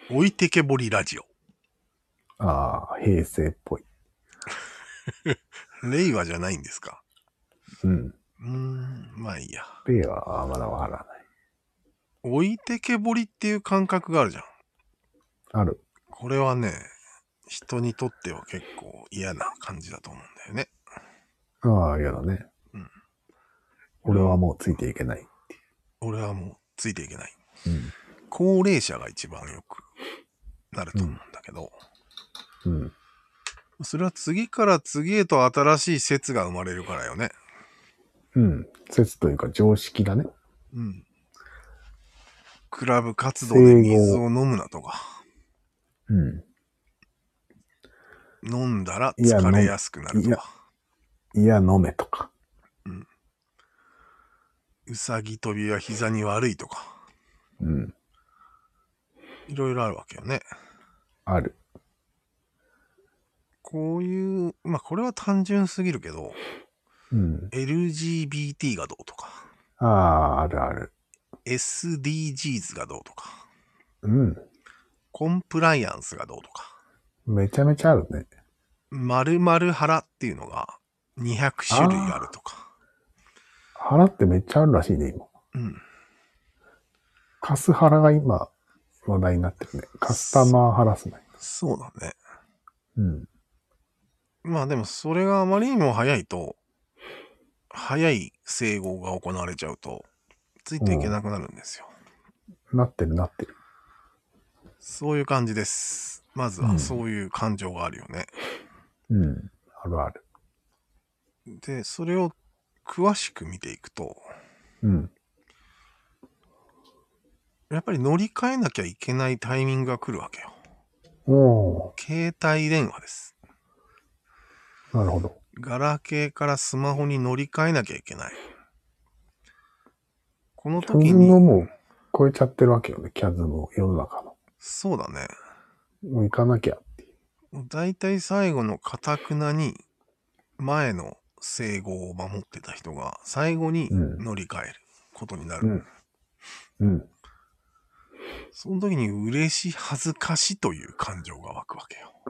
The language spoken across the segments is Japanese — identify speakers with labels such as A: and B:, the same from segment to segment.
A: 置いてけぼりラジオ。
B: ああ、平成っぽい。
A: 令和じゃないんですか。
B: うん。
A: まあいいや。
B: 令和はまだわからない。
A: 置いてけぼりっていう感覚があるじゃん。
B: ある。
A: これはね、人にとっては結構嫌な感じだと思うんだよね。
B: ああ、嫌だね。
A: うん。
B: 俺はもうついていけない。
A: 俺はもうついていけない。
B: うん。
A: 高齢者が一番よくなると思うんだけど、
B: うん。
A: それは次から次へと新しい説が生まれるからよね。
B: うん。説というか常識だね。
A: うん。クラブ活動で
B: 整合。
A: 水を飲むなとか、
B: うん。
A: 飲んだら
B: いや、
A: 疲れやすくなるとか、
B: いや、飲めとか。
A: うん。うさぎ跳びは膝に悪いとか、
B: うん。
A: いろいろあるわけよね。
B: ある。
A: こういう、まあこれは単純すぎるけど、
B: うん。
A: LGBT がどうとか、
B: ああ、あるある。
A: SDGs がどうとか、
B: うん。
A: コンプライアンスがどうとか、
B: めちゃめちゃあるね。
A: 〇〇腹っていうのが200種類あるとか。
B: 腹ってめっちゃあるらしいね、今。
A: うん。
B: カスハラが今話題になってるね。カスタマーハラスメント。
A: そうだね。
B: うん。
A: まあでもそれがあまりにも早いと、早い整合が行われちゃうと、ついていけなくなるんですよ。
B: なってるなってる。
A: そういう感じです。まずはそういう感情があるよね。
B: うん。あるある。
A: で、それを詳しく見ていくと、
B: うん。
A: やっぱり乗り換えなきゃいけないタイミングが来るわけよ。
B: お
A: 携帯電話です。
B: ー、なるほど。
A: ガラケーからスマホに乗り換えなきゃいけない。この
B: キャズ
A: 時に、
B: ムも超えちゃってるわけよね。キャズムを世の中の。
A: そうだね。
B: もう行かなきゃっていう。
A: だいたい最後の堅くなに前の整合を守ってた人が最後に乗り換えることになる。
B: うん。うん。
A: その時に嬉し恥ずかしという感情が湧くわけよ。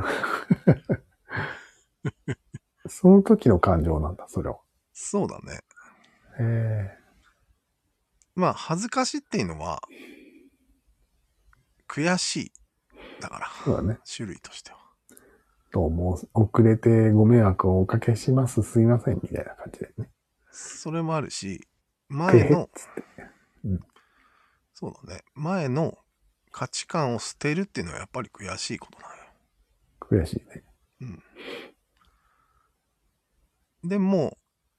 B: その時の感情なんだ、それは。
A: そうだね。
B: へえ。
A: まあ恥ずかしっていうのは悔しい。だから、
B: そうだね。
A: 種類としては。
B: どうも、遅れてご迷惑をおかけします。すいません。みたいな感じでね。
A: それもあるし、
B: てへっ
A: 前の、
B: つって。うん。
A: そうだね。前の価値観を捨てるっていうのはやっぱり悔しいことなんよ。
B: 悔しいね。
A: うん。でも、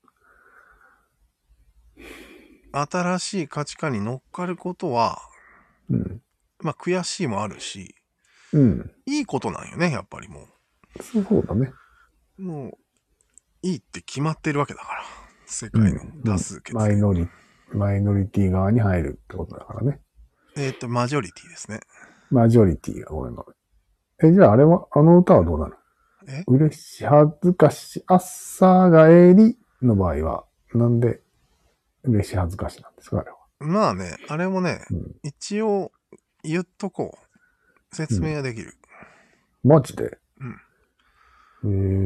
A: 新しい価値観に乗っかることは、
B: うん。
A: まあ悔しいもあるし、
B: うん。
A: いいことなんよね、やっぱりも
B: そうだね。
A: う。もう、いいって決まってるわけだから。世界の
B: うん。
A: 多数決で。
B: マイノリティ側に入るってことだからね。
A: マジョリティですね。
B: マジョリティがごめんごめん。じゃああれは、あの歌はどうなる？嬉し恥ずかし、朝帰りの場合は、なんで嬉し恥ずかしなんですか、あれは。
A: まあね、あれもね、一応言っとこう。説明ができる。
B: マジで？
A: うん。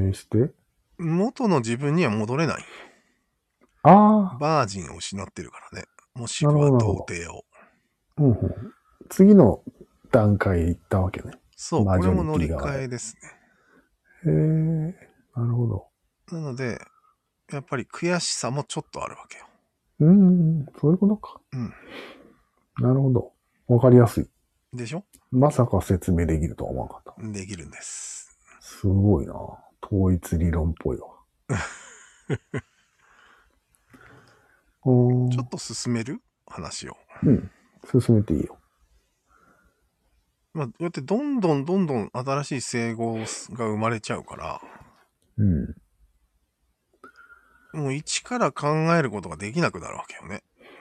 B: して
A: 元の自分には戻れない。
B: ああ。
A: バージンを失ってるからね。もしくは
B: なるほど、なるほ
A: 童貞を。
B: ど。うんうん。次の段階行ったわけね。
A: そう、これも乗り換えですね。
B: へえ、なるほど。
A: なので、やっぱり悔しさもちょっとあるわけよ。
B: そういうことか。
A: うん。
B: なるほど。わかりやすい。
A: でしょ？
B: まさか説明できるとは思わなかった。
A: できるんです。
B: すごいな。統一理論っぽいわ。
A: ちょっと進める話を。
B: 進めていいよ。
A: まあ、こうやってどんどん新しい整合が生まれちゃうから、もう一から考えることができなくなるわけよね。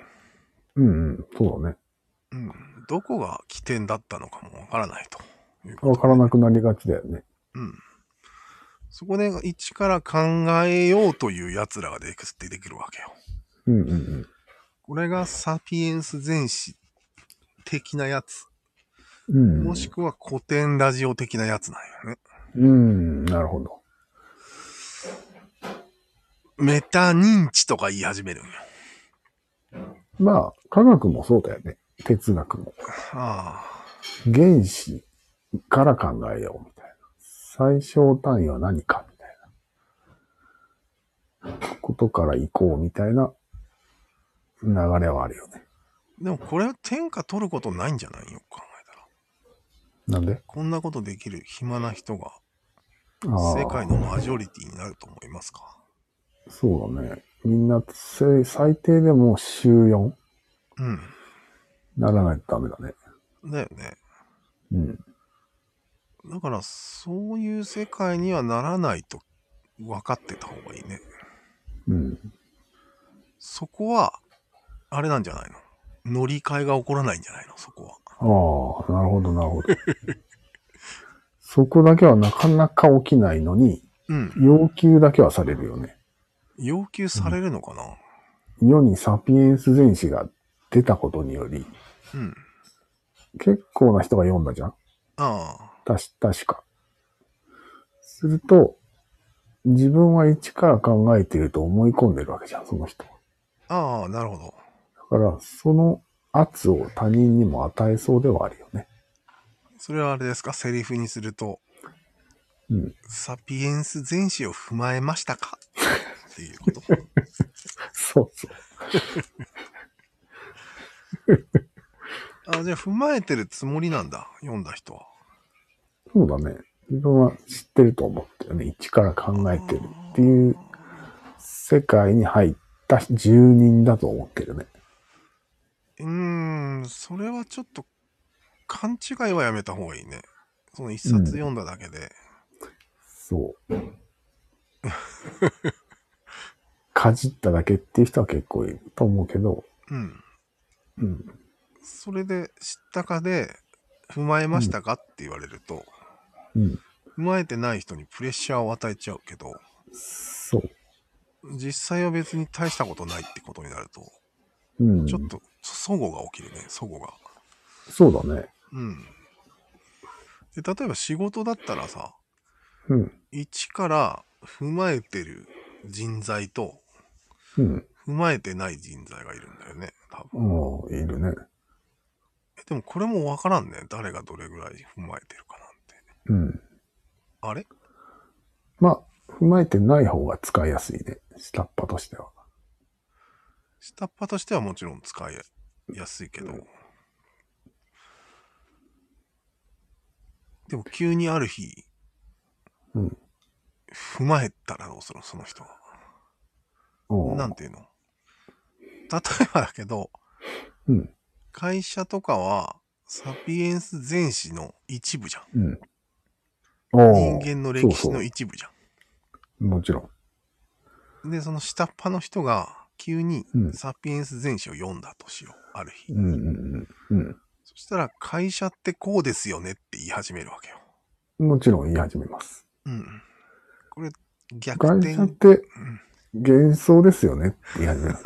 B: そうだね。
A: どこが起点だったのかもわからないということ、
B: わからなくなりがちだよね。
A: そこで一から考えようという奴らが出てくるわけよ。これがサピエンス全史的なやつ。
B: うん。
A: もしくは古典ラジオ的なやつなんよね。
B: なるほど。
A: メタ認知とか言い始めるんよ。
B: まあ、科学もそうだよね。哲学も。
A: あ
B: 原子から考えようみたいな。最小単位は何かみたいなことから行こうみたいな流れはあるよね。
A: でもこれは天下取ることないんじゃないよ、考えたら。
B: なんで？
A: こんなことできる暇な人が世界の
B: あ
A: マジョリティになると思いますか？
B: あ、そうだね。みんな、最低でも週 4?
A: うん。
B: ならないとダメだね。
A: だよね。
B: うん。
A: だからそういう世界にはならないと分かってた方がいいね。
B: うん。
A: そこは、あれなんじゃないの？乗り換えが起こらないんじゃないの？そこは。
B: ああ、なるほど、なるほど。そこだけはなかなか起きないのに、
A: うん。
B: 要求だけはされるよね。
A: 要求されるのかな？
B: 世にサピエンス全史が出たことにより、
A: うん。
B: 結構な人が読んだじゃん？
A: あ
B: 確か。すると、自分は一から考えていると思い込んでるわけじゃん、その人は。
A: あ。ああ、なるほど。
B: だから、その圧を他人にも与えそうではあるよね。
A: それはあれですか？セリフにすると、
B: うん。
A: サピエンス全史を踏まえましたかっていうこと。
B: そうそう。
A: あ、じゃあ踏まえてるつもりなんだ。読んだ人は。
B: そうだね。自分は知ってると思ってるね。一から考えてるっていう世界に入った住人だと思ってるね。
A: それはちょっと勘違いはやめた方がいいね。その一
B: うん。
A: 冊読んだだけで。
B: そう。かじっただけっていう人は結構いると思うけど、
A: うん。
B: うん。
A: それで知ったかで踏まえま
B: うん。
A: したかって言われると、
B: うん。
A: 踏まえてない人にプレッシャーを与えちゃうけど、
B: そう。
A: 実際は別に大したことないってことになると、
B: うん。
A: ちょっと齟齬が起きるね、齟齬が。
B: そうだね。
A: うん。で、例えば仕事だったらさ、
B: うん。
A: 一から踏まえてる人材と、
B: うん。
A: 踏まえてない人材がいるんだよね、多分。
B: ああ、いるね。
A: でもこれもわからんね。誰がどれぐらい踏まえてるかなんて。
B: うん。
A: あれ？
B: まあ、踏まえてない方が使いやすいね。下っ端としては。
A: 下っ端としてはもちろん使いやすいけど、でも急にある日、
B: うん。
A: 踏まえたらどうするの、その人は。なん
B: ああ。
A: ていうの？例えばだけど、
B: うん。
A: 会社とかは、サピエンス全史の一部じゃん。
B: うん。あ
A: 人
B: あ。
A: 間の歴史の
B: そうそ
A: 一部じゃ
B: う。もちろん。
A: ん。で、その下っ端の人が、急に
B: うん。
A: サピエンス全史を読んだとしよう。ある日。
B: うん。うん。うん。
A: そしたら、会社ってこうですよねって言い始めるわけよ。
B: もちろん言い始めます。
A: うん。これ、逆
B: 会
A: 転。
B: 社って
A: うん。
B: 幻想ですよねって言い始めます。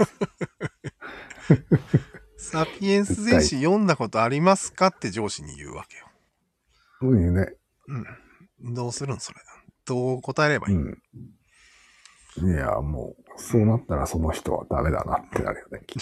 A: サピエンス
B: 絶対。
A: 全史読んだことありますかって上司に言うわけよ。
B: そういうね。
A: うん。どうするんそれ。どう答えればいい？
B: うん。いや、もう、そうなったらその人はダメだなってなるよね、きっ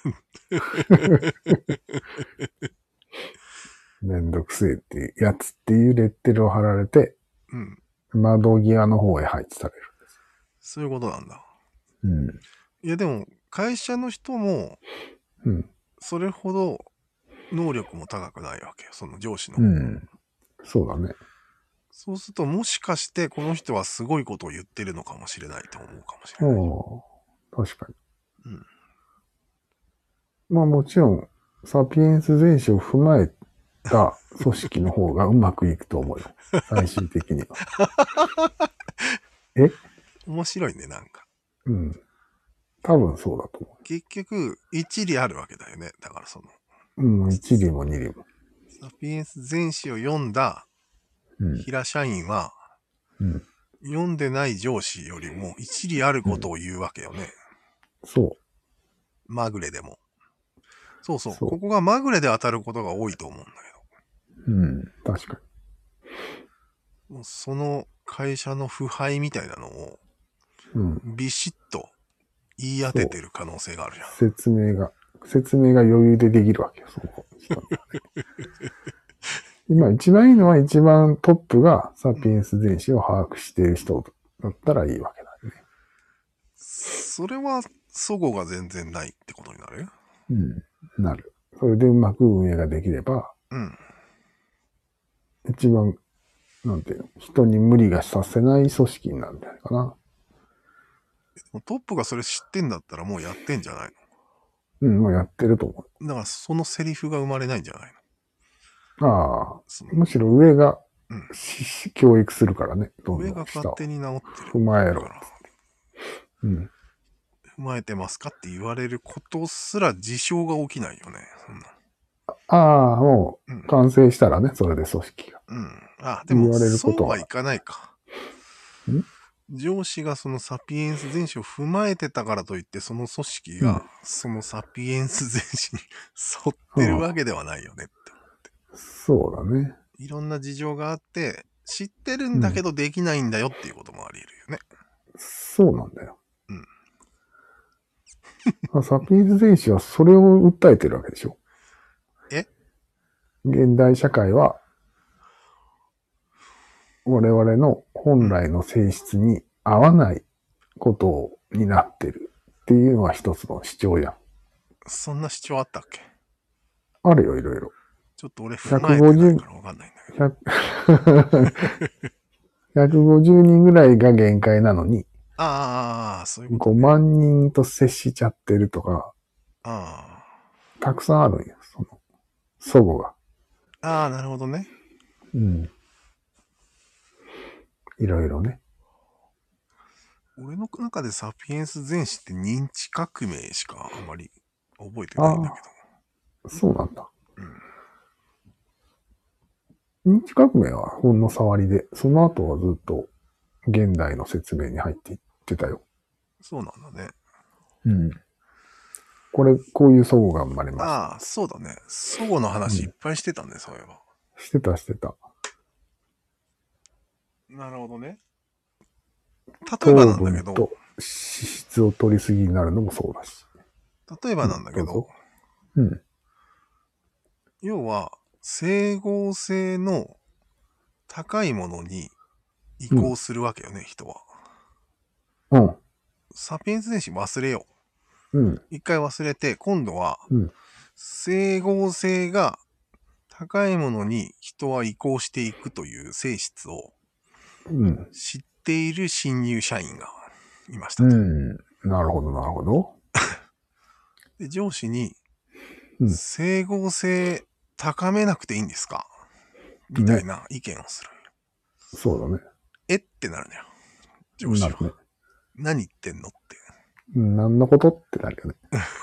B: と。めんどくせえっていうやつっていうレッテルを貼られて、
A: うん。
B: 窓際の方へ配置される。
A: そういうことなんだ。
B: うん。
A: いやでも、会社の人も、
B: うん。
A: それほど能力も高くないわけよ。その上司の方。
B: うん。そうだね。
A: そうすると、もしかしてこの人はすごいことを言ってるのかもしれないと思うかもしれない。
B: 確かに。
A: うん。
B: まあもちろん、サピエンス全史を踏まえた組織の方がうまくいくと思うよ。最終的には。え？
A: 面白いね、なんか。
B: うん。多分そうだと思
A: 結局、一理あるわけだよね。だからその、
B: う。うん、一理も二理も。
A: サピエンス全史を読んだ
B: うん。
A: 平社員は、
B: うん。
A: 読んでない上司よりも一理ある
B: うん。
A: ことを言うわけよね。
B: そ
A: まぐれでも。そう
B: う。
A: そう。こ
B: そ
A: こがまぐれで当たることが多いと思うんだけど。
B: う。 うん、確か
A: もうその会社の腐敗みたいなのを、
B: に。うん。
A: ビシッと言い当ててる可能性があるじゃん。
B: 説明が余裕でできるわけよ、その人にはね。今一番いいのは一番トップがサピエンス全史を把握している人だったらいいわけだね。
A: それは、齟齬が全然ないってことになる。
B: うん。なる。それでうまく運営ができれば、
A: うん。
B: 一番、なんていうの、人に無理がさせない組織になるんじゃないかな。
A: トップがそれ知ってんだったらもうやってんじゃない
B: うん、もうやってると思
A: の。だからそのセリフが生まれないんじゃない
B: う。ああ、
A: その
B: むしろ上が
A: うん。
B: 教育するからね、どん
A: 上
B: どん下を。
A: が勝手に治ってる
B: 踏まえろ。
A: から、
B: うん。
A: 踏まえてますかって言われることすら事象が起きないよね。そんな。
B: ああ、も
A: うん。
B: う完成したらね、それで組織が。
A: うん。あ、でも、
B: 言われることは。
A: そうはいかないか。
B: ん
A: 上司がそのサピエンス全史を踏まえてたからといって、その組織
B: うん
A: がそのサピエンス全史に沿ってるわけではないよねって。
B: そうだね。
A: いろんな事情があって、知ってるん
B: うん。
A: だけどできないんだよっていうこともあり得るよね。
B: そうなんだよ。
A: うん。
B: サピエンス全史はそれを訴えてるわけでしょ。
A: え
B: 現代社会は我々の本来の性質に合わないことになってるっていうのが一つの主張やん。
A: そんな主張あったっけ？
B: あるよ、いろいろ。
A: ちょっと俺踏まえてないからわかんないんだけど。
B: 150人ぐらいが限界なのに、
A: そういうことね。
B: 5万人と接しちゃってるとか、
A: あ
B: たくさんあるんよ、その、祖母が。
A: なるほどね。
B: うん。いろいろね。
A: 俺の中でサピエンス全史って認知革命しかあんまり覚えてないんだけ
B: ああ、そうなんだ。
A: ど。うん。
B: 認知革命はほんの触りで、その後はずっと現代の説明に入っていってたよ。
A: そうなんだね。
B: うん。こういう祖母が生まれました。
A: そうだね。祖母の話いっぱいしてたね、そういえば。
B: してた、してた。
A: なるほどね。例えば
B: 糖
A: なんだけど、
B: 分と脂質を取りすぎになるのもそうだし。
A: 例えばなんだけど、
B: どうぞ。うん。
A: 要は、整合性の高いものに移行するわけよね、人は。
B: うん。
A: サピエンス全史忘れよ
B: うん。
A: う。一回忘れて、今度は、
B: うん。
A: 整合性が高いものに人は移行していくという性質を
B: うん。
A: 知っている新入社員がいましたと。
B: うん。なるほど、なるほど。
A: で、上司に、
B: うん。
A: 整合性高めなくていいんですかみたいな意見をする。
B: そうだね。
A: ってなるのよ。上司は。
B: なるね。
A: 何言ってんのって。
B: 何のことってなるよね。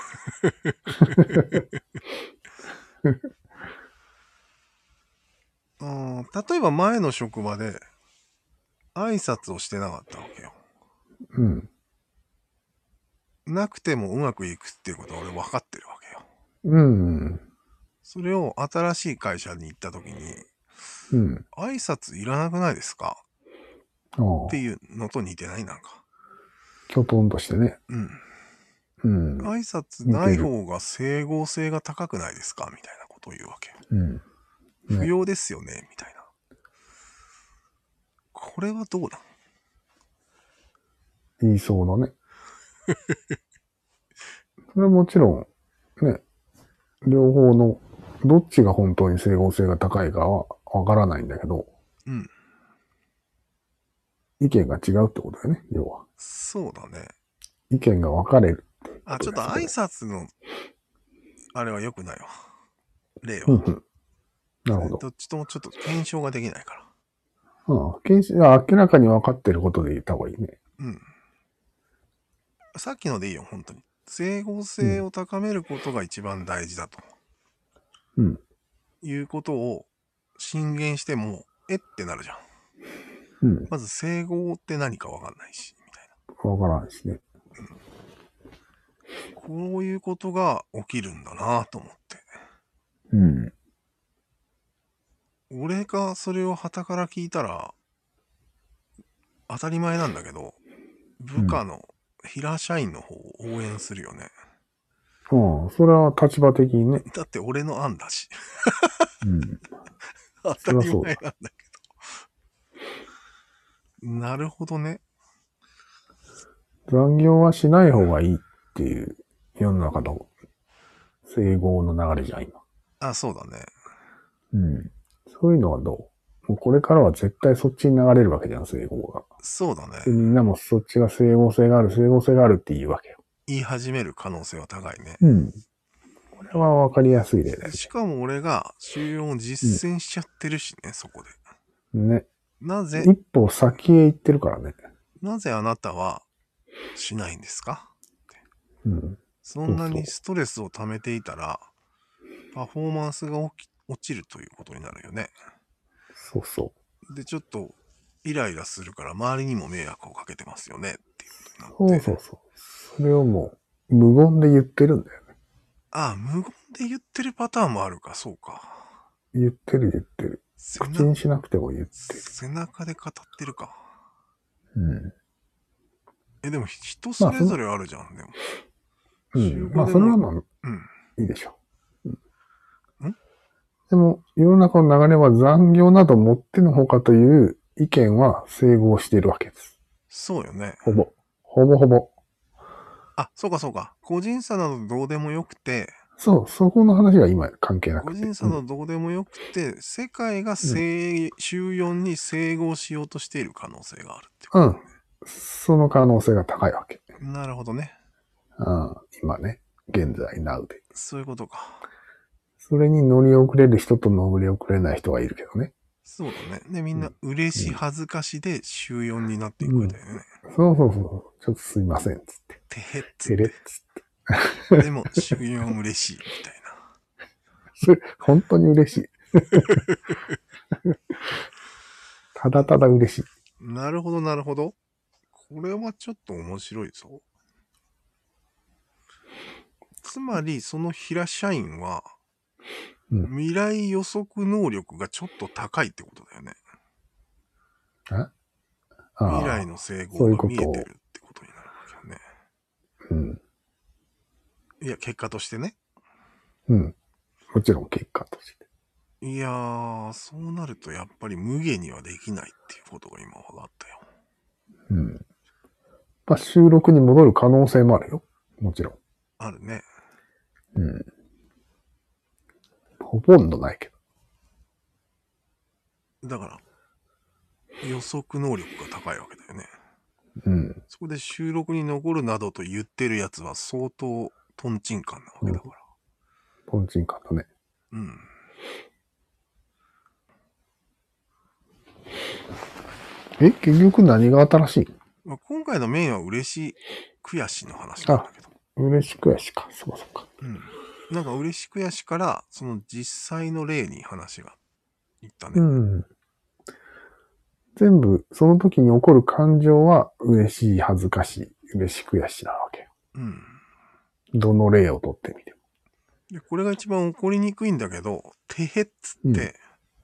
A: 例えば前の職場で挨拶をしてなかったわけよ。
B: うん。
A: なくてもうまくいくっていうことは俺分かってるわけよ。
B: うん。
A: それを新しい会社に行った時に、
B: うん。
A: 挨拶いらなくないですか
B: ああ。
A: っていうのと似てないなんか。
B: きょとんとしてね。
A: うん。
B: うん。
A: 挨拶ない方が整合性が高くないですかみたいなことを言うわけよ。
B: うん。ね、
A: 不要ですよねみたいな。これはどうだ
B: 言いそうだね。それはもちろん、ね、両方の、どっちが本当に整合性が高いかはわからないんだけど、
A: うん。
B: 意見が違うってことだよね、要は。
A: そうだね。
B: 意見が分かれるってこと
A: ちょっと挨拶の、あれは良くないわ。例は。
B: うんうん。なるほど。
A: どっちともちょっと検証ができないから。
B: 明らかに分かってることで言った方がいいね。
A: うん。さっきのでいいよ、本当に。整合性を高めることが一番大事だと。
B: うん。
A: いうことを進言しても、ってなるじゃん。
B: うん。
A: まず整合って何かわかんないし、みたい
B: 分からないしね。
A: な。こういうことが起きるんだなと思って。
B: うん。
A: 俺がそれを傍から聞いたら当たり前なんだけど、部下の平社員の方を応援するよね。
B: うん。それは立場的にね。
A: だって俺の案だし。
B: うん。
A: 当たり前なんだけど。なるほどね。
B: 残業はしない方がいいっていう世の中の整合の流れじゃん、今。
A: あ、そうだね。
B: うん。そういうのはどう？もうこれからは絶対そっちに流れるわけじゃん、整合が。
A: そうだね。
B: で、みんなもそっちが整合性があるって言うわけよ。
A: 言い始める可能性は高いね。
B: うん。これはわかりやすい例だよね。
A: しかも俺が週4を実践しちゃってるしね、そこで。
B: ね。
A: なぜ、
B: 一歩先へ行ってるからね。
A: なぜあなたはしないんですか？
B: うん。
A: そんなにストレスを溜めていたら、パフォーマンスが落ちるということになるよね。
B: そうそ
A: で、ちょっとイライラするから周りにも迷惑をかけてますよねっていう
B: う。
A: ことになって。
B: そうそうそう。それをもう無言で言ってるんだよね。
A: ああ、無言で言ってるパターンもあるか、そうか。
B: 言ってる。口にしなくても言ってる。
A: 背中で語ってるか。
B: うん。
A: でも人それぞれあるじゃん、でも。
B: うん。まあ、それはまあ、いいでしょう。でも、世の中の流れは残業などもってのほかという意見は整合しているわけです。
A: そうよね。
B: ほぼ。
A: あ、そうか。個人差などどうでもよくて、
B: そう、そこの話は今関係なくて。
A: 個人差などどうでもよくて、世界が週4に整合しようとしている可能性があるってこと、ね。
B: その可能性が高いわけ。
A: なるほどね。
B: 今ね、現在、now で。
A: そういうことか。
B: それに乗り遅れる人と乗り遅れない人がいるけどね。
A: そうだね。で、みんな嬉し恥ずかしで週4になっていくわけだよね。
B: そう。ちょっとすいません、つって。
A: てへっつ
B: てれっつ
A: って。でも、週4嬉しい、みたいな。
B: それ、本当に嬉しい。ただただ嬉しい。
A: なるほど。これはちょっと面白いぞ。つまり、その平社員は、未来予測能力がちょっと高いってことだよね。未来の整合が見えてるってことになるわけよね。いや、結果としてね。
B: もちろん結果として。
A: いやー、そうなるとやっぱり無限にはできないっていうことが今分かったよ。
B: まあ、収録に戻る可能性もあるよ。もちろん。
A: あるね。
B: ほとんどないけ
A: ど。だから、予測能力が高いわけだよね。そこで収録に残るなどと言ってるやつは相当トンチンカンなわけだから。
B: トンチンカンだね。結局何が新しい？
A: 今回のメインは嬉し悔しの話なんだけど。
B: 嬉し悔しか。そうか。
A: なんか嬉し悔しから、その実際の例に話がいったね。
B: 全部、その時に起こる感情は、嬉しい、恥ずかしい、嬉し悔しなわけよ。どの例をとってみても。
A: で、これが一番起こりにくいんだけど、てへっつって、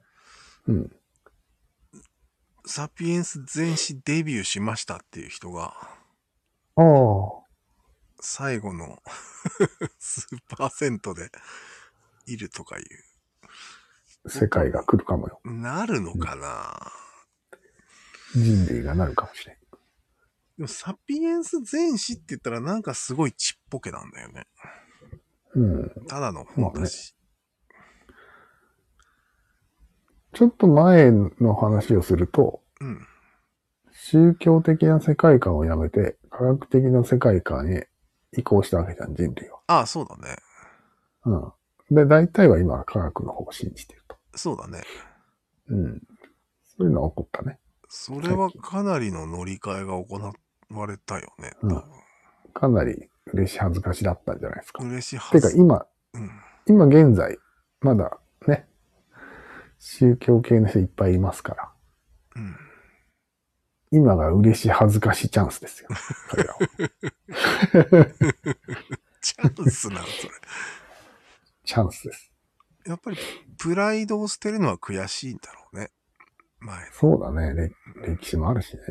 A: サピエンス全史デビューしましたっていう人が、最後の数パーセントでいるとかいう
B: 世界が来るかもよ。
A: なるのかな、
B: 人類がなるかもしれん。
A: でもサピエンス全史って言ったらなんかすごいちっぽけなんだよね。ただの本だし。
B: ちょっと前の話をすると、宗教的な世界観をやめて、科学的な世界観へ移行したわけじゃん、人類は。
A: ああ、そうだね。
B: で、大体は今は科学の方を信じてると。
A: そうだね。
B: そういうのは起こったね。
A: それはかなりの乗り換えが行われたよね。
B: かなり嬉し恥ずかしだったんじゃないですか。
A: 嬉し恥ずかし。
B: 今現在、まだね、宗教系の人いっぱいいますから。今が嬉し恥ずかしチャンスですよ。彼らは。
A: チャンスなんそれ。
B: チャンスです。
A: やっぱりプライドを捨てるのは悔しいんだろうね。前。
B: そうだね。歴史もあるしね。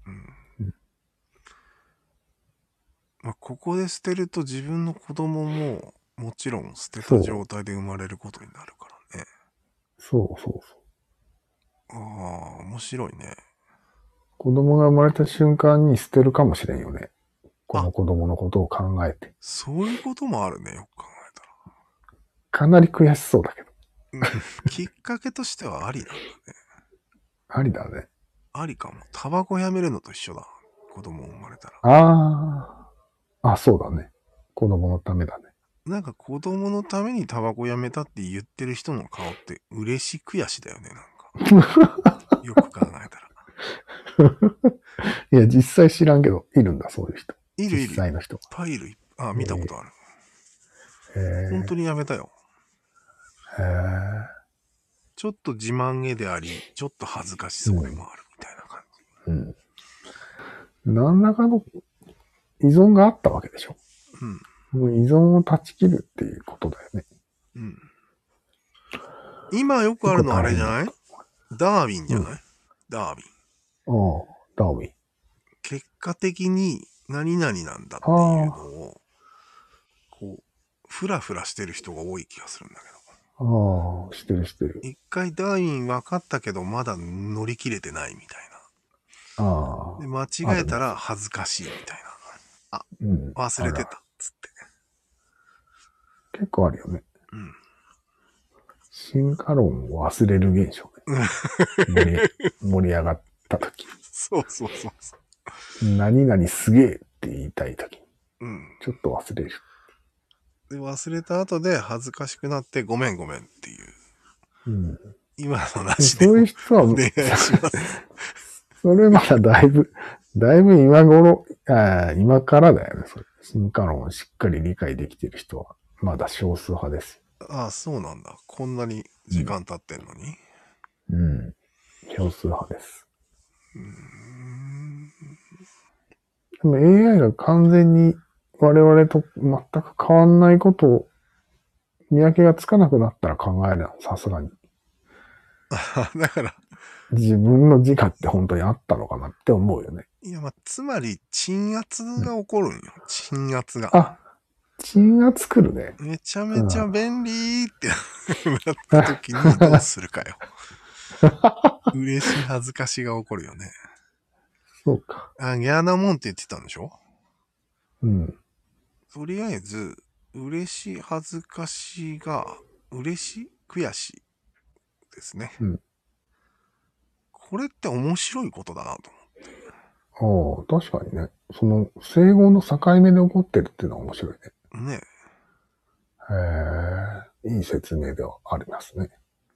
A: まあ、ここで捨てると自分の子供ももちろん捨てた状態で生まれることになるからね。
B: そうそうそう。
A: ああ、面白いね。
B: 子供が生まれた瞬間に捨てるかもしれんよね。この子供のことを考えて。
A: そういうこともあるね、よく考えたら。
B: かなり悔しそうだけど。
A: きっかけとしてはありなんだね。
B: ありだね。
A: ありかも。タバコやめるのと一緒だ。子供生まれたら。
B: そうだね。子供のためだね。
A: なんか子供のためにタバコやめたって言ってる人の顔って嬉し悔しだよね、なんか。よく考えたら。
B: いや、実際知らんけど、いるんだ、そういう人。
A: いる。
B: 実際の人。
A: パイル、見たことある。本当にやめたよ。ちょっと自慢げであり、ちょっと恥ずかしそうでもあるみたいな感
B: じ。何らかの依存があったわけでしょ。もう依存を断ち切るっていうことだよね。
A: 今よくあるのはあれじゃない？ダーウィンじゃない？ダーウィン。
B: ダーウィン。
A: 結果的に何々なんだっていうのを、こう、ふらふらしてる人が多い気がするんだけ
B: ど。してる。
A: 一回ダーウィン分かったけど、まだ乗り切れてないみたいな。で、間違えたら恥ずかしいみたいな。忘れてたっつって。
B: 結構あるよね。進化論を忘れる現象ね。盛り上がったとき。
A: そう。
B: 何々すげえって言いたいとき。ちょっと忘れる。
A: で、忘れた後で恥ずかしくなってごめんっていう。今のなしで。
B: そういう人は、
A: お願いします。
B: それまだだいぶ今頃、今からだよね。進化論をしっかり理解できてる人は、まだ少数派です。
A: そうなんだ。こんなに時間経ってんのに。
B: 少数派です。でも AI が完全に我々と全く変わんないことを見分けがつかなくなったら考えるな、さすがに。
A: だから。
B: 自分の自我って本当にあったのかなって思うよね。
A: いや、つまり、鎮圧が起こるんよ。鎮圧が。
B: 鎮圧来るね。
A: めちゃめちゃ便利ってなった時にどうするかよ。嬉しい恥ずかしが起こるよね。
B: そうか。
A: ギャーナモンって言ってたんでしょ？とりあえず、嬉しい恥ずかしが、嬉しい悔しいですね。これって面白いことだなと
B: 思って。確かにね。その、整合の境目で起こってるっていうのは面白いね。
A: ね。
B: いい説明ではありますね。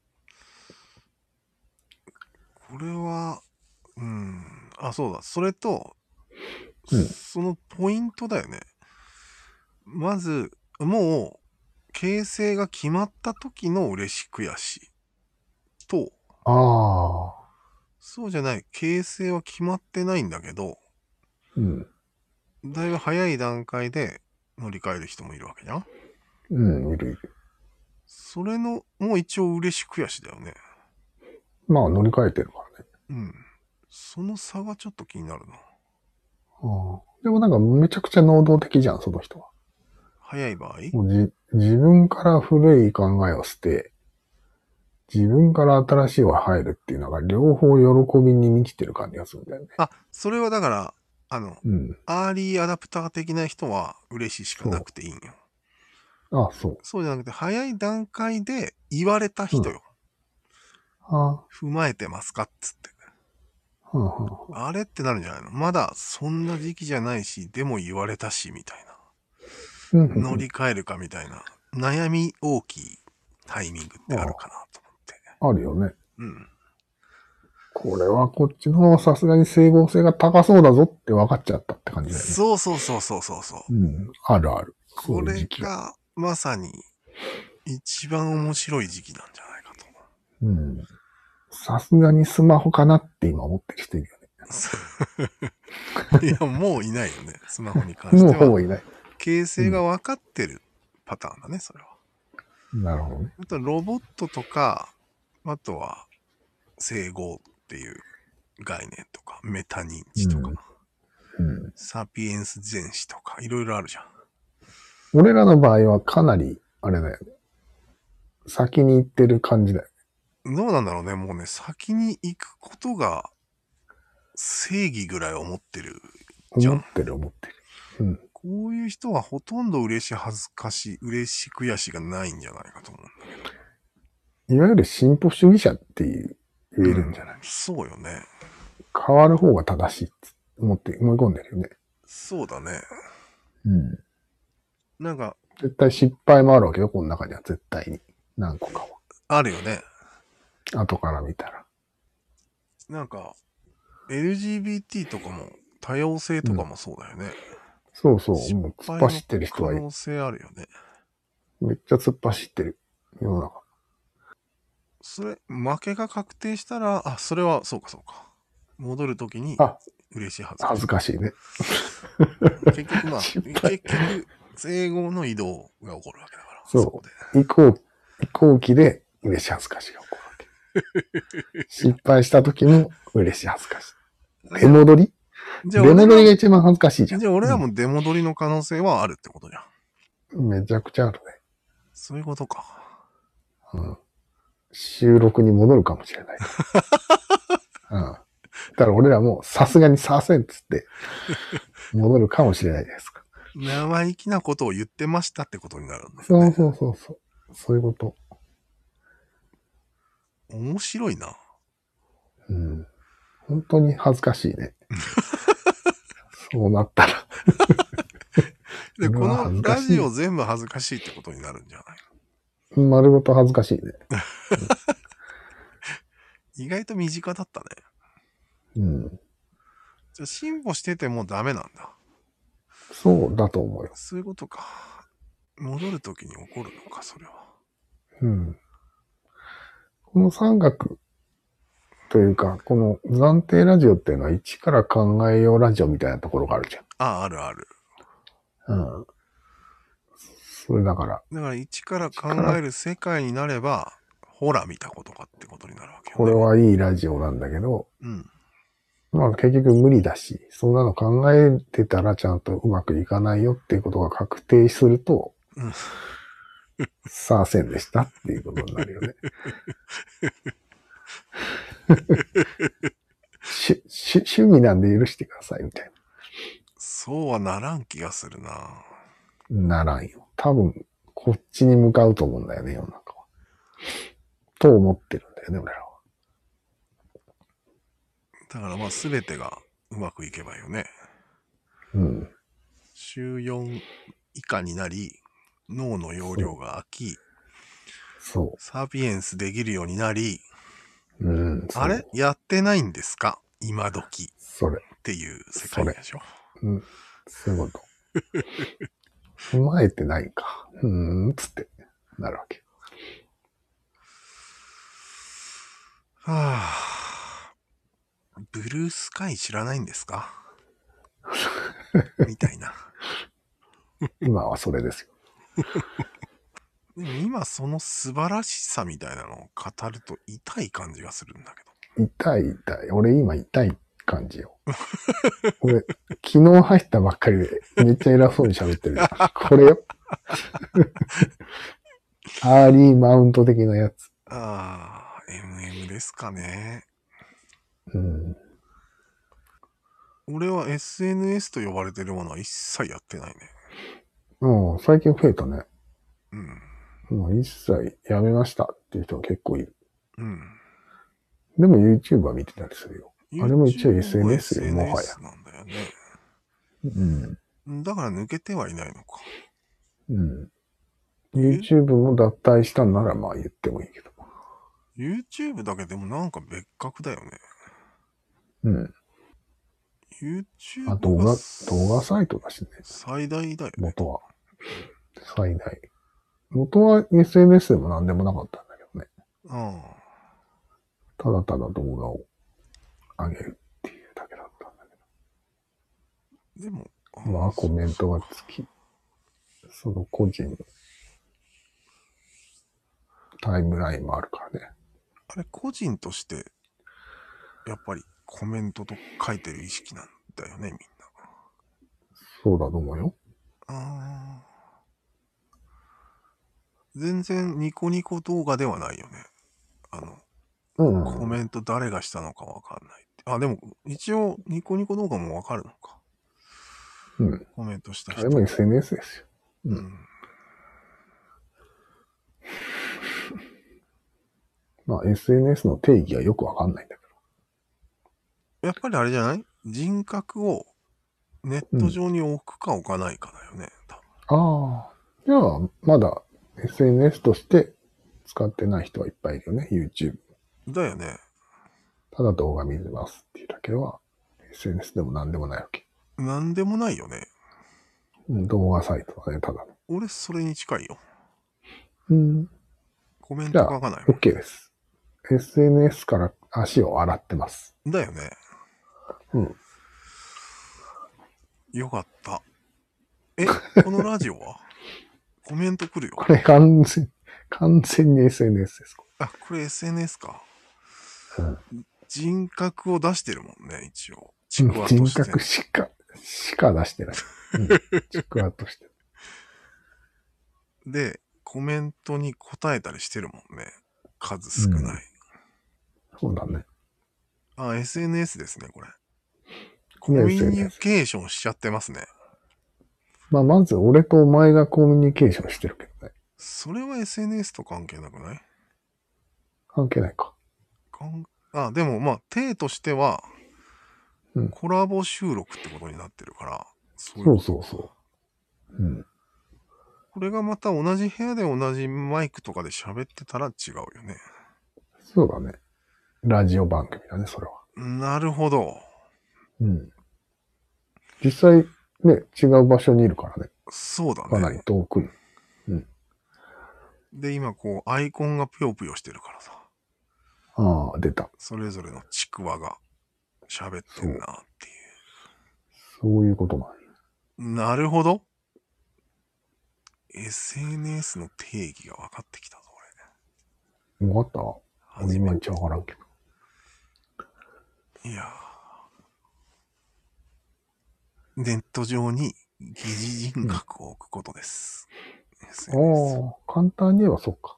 A: これは、そうだ。それと、そのポイントだよね。まず、もう、形成が決まった時の嬉し悔しいと、そうじゃない。形成は決まってないんだけど、だいぶ早い段階で乗り換える人もいるわけじゃん？
B: いる。
A: それの、もう一応嬉し悔しだよね。
B: まあ乗り換えてるから
A: ね。その差がちょっと気になるな。
B: でもなんかめちゃくちゃ能動的じゃん、その人は。
A: 早い場合？
B: もう自分から古い考えを捨て、自分から新しいを入るっていうのが両方喜びに満ちてる感じがするんだよね。
A: それはだから、アーリーアダプター的な人は嬉しいしかなくていいんよ。
B: そう。
A: そうじゃなくて、早い段階で言われた人よ。踏まえてますかっつって。あれってなるんじゃないの？まだそんな時期じゃないし、でも言われたし、みたいな。乗り換えるかみたいな。悩み大きいタイミングってあるかなと思って。
B: あるよね。これはこっちの方がさすがに整合性が高そうだぞって分かっちゃったって感じだよね。
A: そう。
B: あるある。
A: これがまさに一番面白い時期なんじゃないかと。
B: さすがにスマホかなって今思ってる人いる
A: よね。いや、もういないよね。スマホに関しては。
B: もういない。
A: 形成が分かってるパターンだね、それは。
B: なるほどね。
A: あとロボットとか、あとは整合っていう概念とか、メタ認知とか、サピエンス全史とか、いろいろあるじゃん。
B: 俺らの場合はかなり、あれだよね。先に行ってる感じだよ
A: ね。どうなんだろうね。もうね、先に行くことが正義ぐらい思ってるじゃん。
B: 思ってる。うん。
A: こういう人はほとんど嬉し恥ずかし、嬉し悔しがないんじゃないかと思うんだ
B: けど。いわゆる進歩主義者って言えるんじゃない、
A: そうよね。
B: 変わる方が正しいって思い込んでるよね。
A: そうだね。なんか。
B: 絶対失敗もあるわけよ、この中には絶対に。何個かは。
A: あるよね。
B: 後から見たら。
A: なんか、LGBT とかも、多様性とかもそうだよね。
B: そうそう。もう突っ走ってる人はいる。
A: 可能性あるよね。
B: めっちゃ突っ走ってる。世の中。
A: それ、負けが確定したら、それは、そうか。戻るときに、嬉しい
B: 恥ずかしいね。
A: 結局、整合の移動が起こるわけだから。
B: そう。移行期で嬉し恥ずかしが起こるわけ。失敗した時も嬉し恥ずかしい。出戻りが一番恥ずかしいじゃん。
A: じゃあ俺はもう出戻りの可能性はあるってことじゃ
B: ん。めちゃくちゃあるね。
A: そういうことか。
B: 収録に戻るかもしれない。だから俺らもさすがにさせんっつって戻るかもしれないじゃないですか。
A: 生意気なことを言ってましたってことになるんだ
B: よね。そう。そういうこと。
A: 面白いな。
B: 本当に恥ずかしいね。そうなったら。
A: で、このラジオ全部恥ずかしいってことになるんじゃない
B: 丸ごと恥ずかしいね。
A: 意外と身近だったね。じゃあ進歩しててもダメなんだ。
B: そうだと思うよ。
A: そういうことか。戻るときに起こるのか、それは。
B: この三角というか、この暫定ラジオっていうのは一から考えようラジオみたいなところがあるじゃん。
A: ある。
B: それだから。
A: だから一から考える世界になれば、ほら見たことかってことになるわけよね。
B: これはいいラジオなんだけど、まあ結局無理だし、そんなの考えてたらちゃんとうまくいかないよっていうことが確定すると、さあせんでしたっていうことになるよね。趣味なんで許してくださいみたいな。
A: そうはならん気がするな。
B: ならんよ。多分、こっちに向かうと思うんだよね、世の中は。と思ってるんだよね、俺らは。
A: だからまあ全てがうまくいけばいいよね。週4以下になり、脳の容量が空き、サピエンスできるようになり、あれやってないんですか今時。
B: それ。
A: っていう世界でしょ。
B: そういうこと。踏まえてないか。つってなるわけ。
A: ブルースカイ知らないんですかみたいな。
B: 今はそれですよ。
A: でも今その素晴らしさみたいなのを語ると痛い感じがするんだけ
B: ど。痛い。俺今痛い感じよ。俺、昨日入ったばっかりでめっちゃ偉そうに喋ってる。これよ。アーリーマウント的なやつ。
A: MM ですかね。俺は SNS と呼ばれてるものは一切やってないね。
B: 最近増えたね。もう一切やめましたっていう人が結構いる。でも YouTube は見てたりするよ。あれも一応 SNS よ、もはや。
A: なんだよね。だから抜けてはいないのか。
B: YouTube も脱退したんならまあ言ってもいいけど。
A: YouTube だけでもなんか別格だよね。YouTube
B: 動画サイトだしね。
A: 最大だよね。
B: 元は。最大。元は SNS でも何でもなかったんだけどね。ただただ動画を上げるっていうだけだったんだけど。
A: でも、
B: まあコメントがつき、その個人タイムラインもあるからね。
A: あれ、個人として、やっぱりコメントと書いてる意識なんだよね、みんな。
B: そうだと思うよ。
A: 全然ニコニコ動画ではないよね。コメント誰がしたのかわかんない。でも、一応、ニコニコ動画もわかるのか。
B: うん。
A: コメントした人。
B: あれも SNS ですよ。うん。まあ、SNS の定義はよくわかんないんだけ
A: ど。やっぱりあれじゃない？人格をネット上に置くか置かないかだよね。
B: ああ。じゃあ、まだ SNS として使ってない人はいっぱいいるよね、YouTube。
A: だよね。
B: ただ動画見れますっていうだけは、SNS でも何でもないわけ。
A: 何でもないよね。
B: 動画サイトだね、ただの。
A: 俺、それに近いよ。コメン
B: ト書かないもん。OK です。SNS から足を洗ってます。
A: だよね。よかった。このラジオはコメント来るよ。
B: これ完全に SNS です。
A: これ SNS か。人格を出してるもんね、一応。
B: ちくわとして。人格しか出してない。ちくわとして。
A: で、コメントに答えたりしてるもんね。数少ない。
B: そうだね。
A: SNS ですね、これ。コミュニケーションしちゃってますね。
B: まず俺とお前がコミュニケーションしてるけどね。
A: それは SNS と関係なくない？
B: 関係ないか。
A: でも体としては、コラボ収録ってことになってるから。
B: そう。
A: これがまた同じ部屋で同じマイクとかで喋ってたら違うよね。
B: そうだね。ラジオ番組だね、それは。
A: なるほど。
B: 実際ね、違う場所にいるからね。
A: そうだね。
B: かなり遠くに。
A: で、今アイコンがぷよぷよしてるからさ。
B: 出た。
A: それぞれのちくわが喋ってんなっていう。
B: そういうことなん
A: なるほど。SNS の定義が分かってきたぞ、
B: 俺。分かった？俺いまいち分からんけど。
A: いやネット上に疑似人格を置くことです。
B: 簡単に言えばそうか。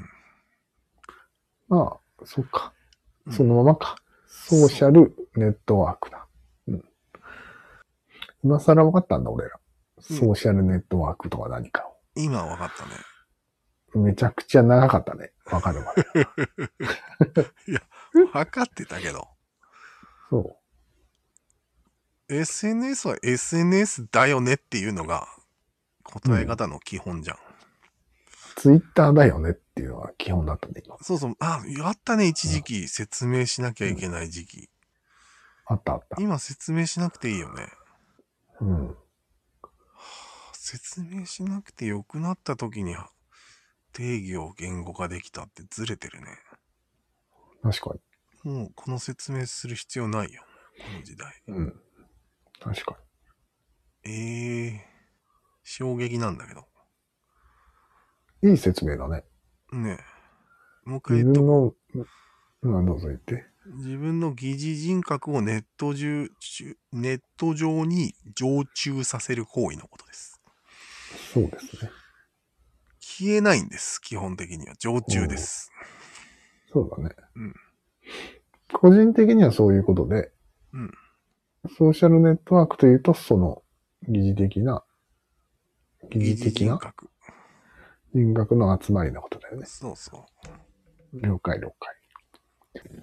B: そうか。そのままか。ソーシャルネットワークだ。今更分かったんだ、俺ら。ソーシャルネットワークとは何かを。
A: 今分かったね。
B: めちゃくちゃ長かったね。分かるまで。
A: いや、分かってたけど。
B: そう。
A: SNS は SNS だよねっていうのが答え方の基本じゃん。
B: ツイッターだよねっていうのが基本だったね、今。
A: そうそう。やったね、一時期。説明しなきゃいけない時期。
B: あった。
A: 今説明しなくていいよね。説明しなくてよくなった時に定義を言語化できたってずれてるね。
B: 確か
A: に。もうこの説明する必要ないよ。この時代。
B: 確か
A: に。衝撃なんだけど。
B: いい説明だね。
A: ねえ。もう一回言っと
B: こう。どうぞ言って。
A: 自分の疑似人格をネット上に常駐させる行為のことです。
B: そうですね。
A: 消えないんです。基本的には常駐です。
B: そうだね。個人的にはそういうことで、ソーシャルネットワークというと、その疑似人格の集まりのことだよね。
A: そうそう。
B: 了解。